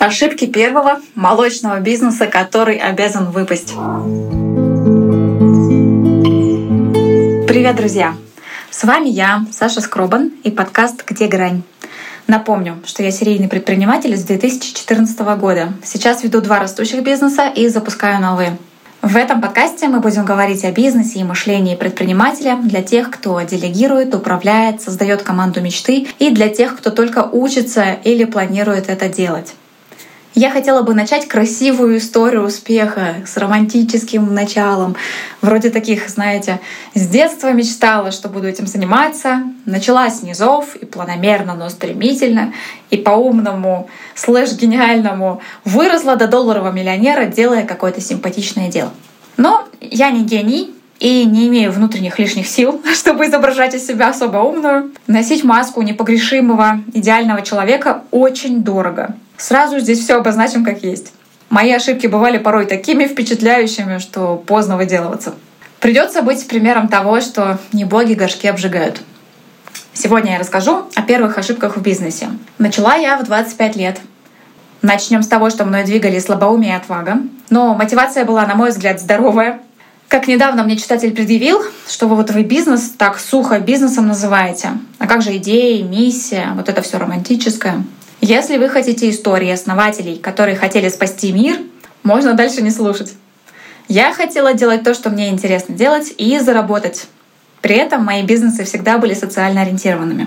Ошибки первого молочного бизнеса, который обязан выпасть. Привет, друзья! С вами я, Саша Скробан, и подкаст «Где грань?». Напомню, что я серийный предприниматель с 2014 года. Сейчас веду 2 растущих бизнеса и запускаю новые. В этом подкасте мы будем говорить о бизнесе и мышлении предпринимателя для тех, кто делегирует, управляет, создает команду мечты, и для тех, кто только учится или планирует это делать. Я хотела бы начать красивую историю успеха с романтическим началом. Вроде таких, знаете, с детства мечтала, что буду этим заниматься. Начала с низов и планомерно, но стремительно, и по-умному, /гениальному выросла до долларового миллионера, делая какое-то симпатичное дело. Но я не гений и не имею внутренних лишних сил, чтобы изображать из себя особо умную. Носить маску непогрешимого, идеального человека очень дорого. Сразу здесь все обозначим как есть. Мои ошибки бывали порой такими впечатляющими, что поздно выделываться. Придется быть примером того, что не боги горшки обжигают. Сегодня я расскажу о первых ошибках в бизнесе. Начала я в 25 лет. Начнем с того, что мной двигали слабоумие и отвага. Но мотивация была, на мой взгляд, здоровая. Как недавно мне читатель предъявил, что вы бизнес так сухо бизнесом называете. А как же идеи, миссия, вот это все романтическое. Если вы хотите истории основателей, которые хотели спасти мир, можно дальше не слушать. Я хотела делать то, что мне интересно делать, и заработать. При этом мои бизнесы всегда были социально ориентированными.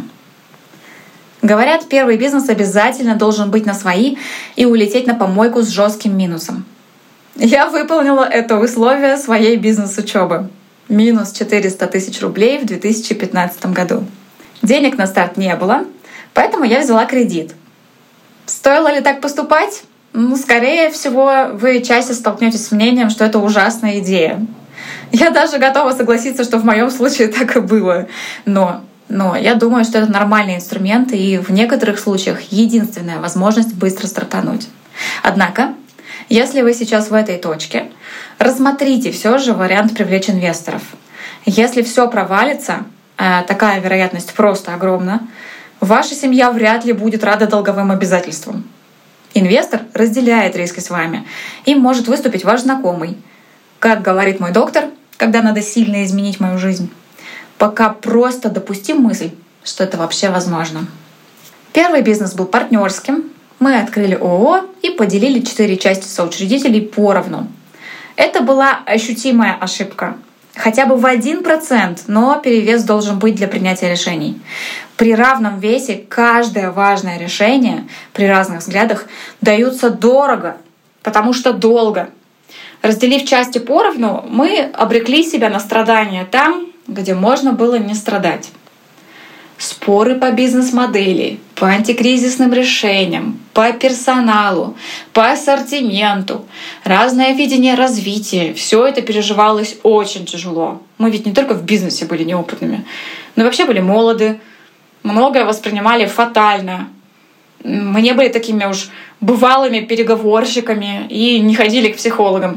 Говорят, первый бизнес обязательно должен быть на свои и улететь на помойку с жестким минусом. Я выполнила это условие своей бизнес-учебы. Минус 400 тысяч рублей в 2015 году. Денег на старт не было, поэтому я взяла кредит. Стоило ли так поступать? Скорее всего, вы чаще столкнетесь с мнением, что это ужасная идея. Я даже готова согласиться, что в моем случае так и было. Но я думаю, что это нормальный инструмент и в некоторых случаях единственная возможность быстро стартануть. Однако, если вы сейчас в этой точке, рассмотрите все же вариант привлечь инвесторов. Если все провалится, такая вероятность просто огромна, ваша семья вряд ли будет рада долговым обязательствам. Инвестор разделяет риски с вами. Им может выступить ваш знакомый. Как говорит мой доктор, когда надо сильно изменить мою жизнь, пока просто допустим мысль, что это вообще возможно. Первый бизнес был партнерским. Мы открыли ООО и поделили 4 части соучредителей поровну. Это была ощутимая ошибка. Хотя бы в 1%, но перевес должен быть для принятия решений. При равном весе каждое важное решение при разных взглядах даются дорого, потому что долго. Разделив части поровну, мы обрекли себя на страдания там, где можно было не страдать. Споры по бизнес-модели, по антикризисным решениям, по персоналу, по ассортименту, разное видение развития — все это переживалось очень тяжело. Мы ведь не только в бизнесе были неопытными, но вообще были молоды, многое воспринимали фатально. Мы не были такими уж бывалыми переговорщиками и не ходили к психологам.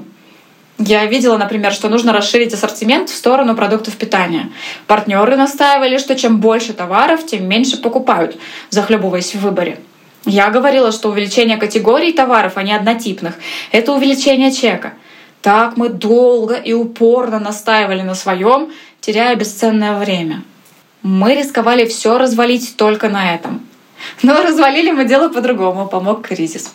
Я видела, например, что нужно расширить ассортимент в сторону продуктов питания. Партнеры настаивали, что чем больше товаров, тем меньше покупают, захлебываясь в выборе. Я говорила, что увеличение категорий товаров, а не однотипных, — это увеличение чека. Так мы долго и упорно настаивали на своем, теряя бесценное время. Мы рисковали все развалить только на этом. Но развалили мы дело по-другому, помог кризис.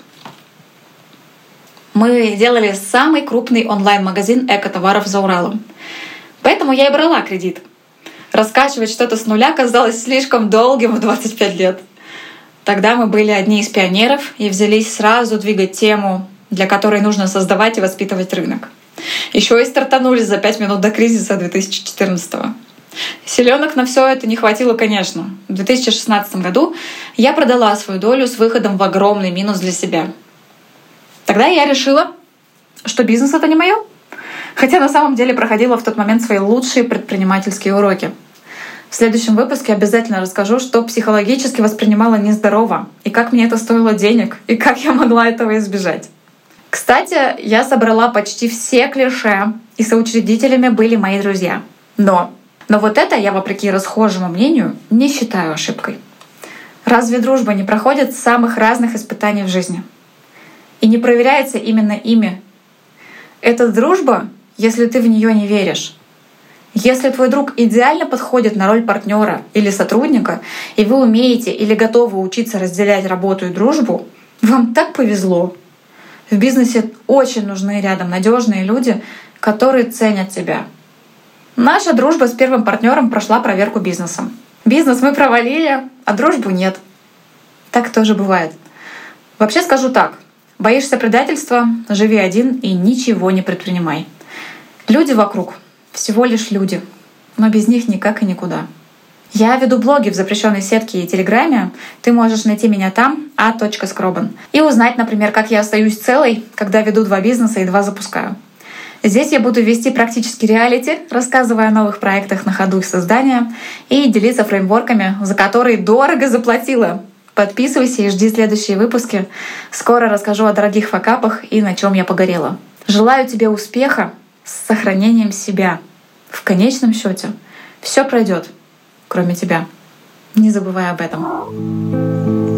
Мы делали самый крупный онлайн-магазин эко-товаров за Уралом. Поэтому я и брала кредит. Раскачивать что-то с нуля казалось слишком долгим в 25 лет. Тогда мы были одни из пионеров и взялись сразу двигать тему, для которой нужно создавать и воспитывать рынок. Еще и стартанули за 5 минут до кризиса 2014-го. Силёнок на все это не хватило, конечно. В 2016 году я продала свою долю с выходом в огромный минус для себя. Тогда я решила, что бизнес — это не моё. Хотя на самом деле проходила в тот момент свои лучшие предпринимательские уроки. В следующем выпуске обязательно расскажу, что психологически воспринимала нездорово, и как мне это стоило денег, и как я могла этого избежать. Кстати, я собрала почти все клише, и соучредителями были мои друзья. Но вот это я, вопреки расхожему мнению, не считаю ошибкой. Разве дружба не проходит самых разных испытаний в жизни? и не проверяется именно ими. Это дружба, если ты в нее не веришь. Если твой друг идеально подходит на роль партнера или сотрудника, и вы умеете или готовы учиться разделять работу и дружбу, вам так повезло. В бизнесе очень нужны рядом надежные люди, которые ценят тебя. Наша дружба с первым партнером прошла проверку бизнесом. Бизнес мы провалили, а дружбу нет. Так тоже бывает. Вообще скажу так. Боишься предательства — живи один и ничего не предпринимай. Люди вокруг — всего лишь люди, но без них никак и никуда. Я веду блоги в запрещенной сетке и Телеграме. Ты можешь найти меня там a.skroban и узнать, например, как я остаюсь целой, когда веду 2 бизнеса и 2 запускаю. Здесь я буду вести практически реалити, рассказывая о новых проектах на ходу их создания и делиться фреймворками, за которые дорого заплатила. Подписывайся и жди следующие выпуски. Скоро расскажу о дорогих факапах и на чем я погорела. Желаю тебе успеха с сохранением себя. В конечном счете все пройдет, кроме тебя. Не забывай об этом.